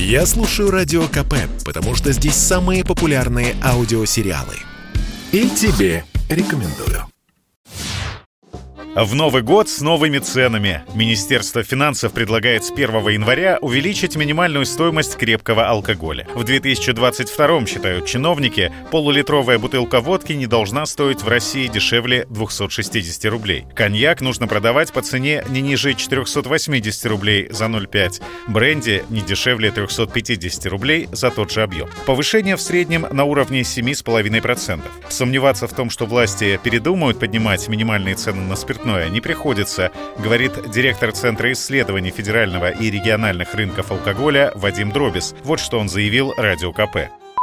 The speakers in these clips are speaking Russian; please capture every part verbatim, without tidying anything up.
Я слушаю Радио КП, потому что здесь самые популярные аудиосериалы. И тебе рекомендую. В Новый год с новыми ценами. Министерство финансов предлагает с первого января увеличить минимальную стоимость крепкого алкоголя. В две тысячи двадцать втором, считают чиновники, полулитровая бутылка водки не должна стоить в России дешевле двести шестьдесят рублей. Коньяк нужно продавать по цене не ниже четыреста восемьдесят рублей за ноль целых пять десятых. Бренди не дешевле триста пятьдесят рублей за тот же объем. Повышение в среднем на уровне семь целых пять десятых процента. Сомневаться в том, что власти передумают поднимать минимальные цены на спиртное, не приходится, говорит директор Центра исследований федерального и региональных рынков алкоголя Вадим Дробис. Вот что он заявил Радио КП.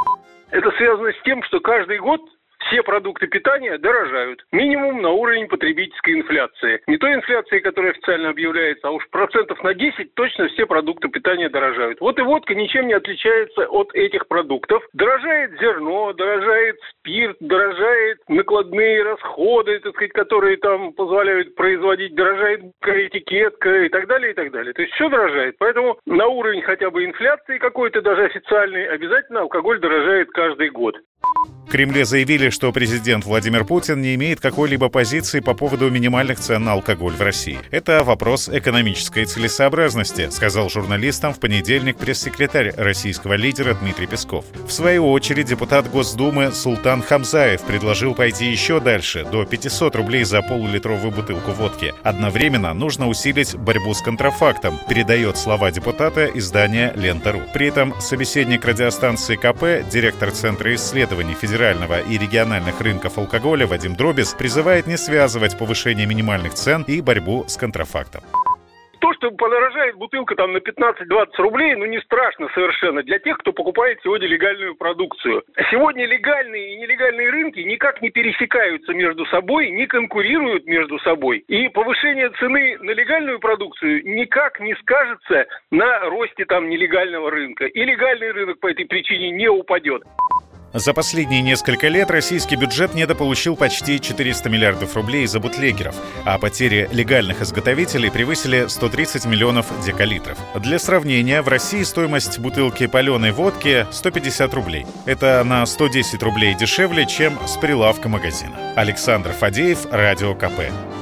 Это связано с тем, что каждый год все продукты питания дорожают. Минимум на уровень потребительской инфляции. Не той инфляции, которая официально объявляется, а уж процентов на десять точно все продукты питания дорожают. Вот и водка ничем не отличается от этих продуктов. Дорожает зерно, дорожает спирт, дорожает накладные расходы, так сказать, которые там позволяют производить, дорожает этикетка и так далее, и так далее. То есть все дорожает. Поэтому на уровень хотя бы инфляции какой-то, даже официальной, обязательно алкоголь дорожает каждый год. В Кремле заявили, что президент Владимир Путин не имеет какой-либо позиции по поводу минимальных цен на алкоголь в России. Это вопрос экономической целесообразности, сказал журналистам в понедельник пресс-секретарь российского лидера Дмитрий Песков. В свою очередь депутат Госдумы Султан Хамзаев предложил пойти еще дальше, до пятьсот рублей за полулитровую бутылку водки. Одновременно нужно усилить борьбу с контрафактом, передает слова депутата издание «Лента.ру». При этом собеседник радиостанции КП, директор Центра исследований федерального и региональных рынков алкоголя Вадим Дробис призывает не связывать повышение минимальных цен и борьбу с контрафактом. То, что подорожает бутылка там на пятнадцать-двадцать рублей, ну не страшно совершенно для тех, кто покупает сегодня легальную продукцию. Сегодня легальные и нелегальные рынки никак не пересекаются между собой, не конкурируют между собой. И повышение цены на легальную продукцию никак не скажется на росте там нелегального рынка. И легальный рынок по этой причине не упадет. За последние несколько лет российский бюджет недополучил почти четыреста миллиардов рублей из-за бутлегеров, а потери легальных изготовителей превысили сто тридцать миллионов декалитров. Для сравнения, в России стоимость бутылки паленой водки сто пятьдесят рублей. Это на сто десять рублей дешевле, чем с прилавка магазина. Александр Фадеев, Радио КП.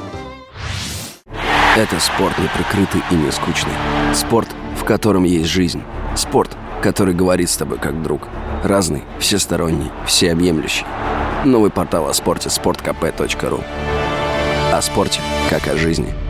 Это спорт неприкрытый и не скучный. Спорт, в котором есть жизнь. Спорт, который говорит с тобой как друг. Разный, всесторонний, всеобъемлющий. Новый портал о спорте – спорт кэ пэ точка ру. О спорте, как о жизни.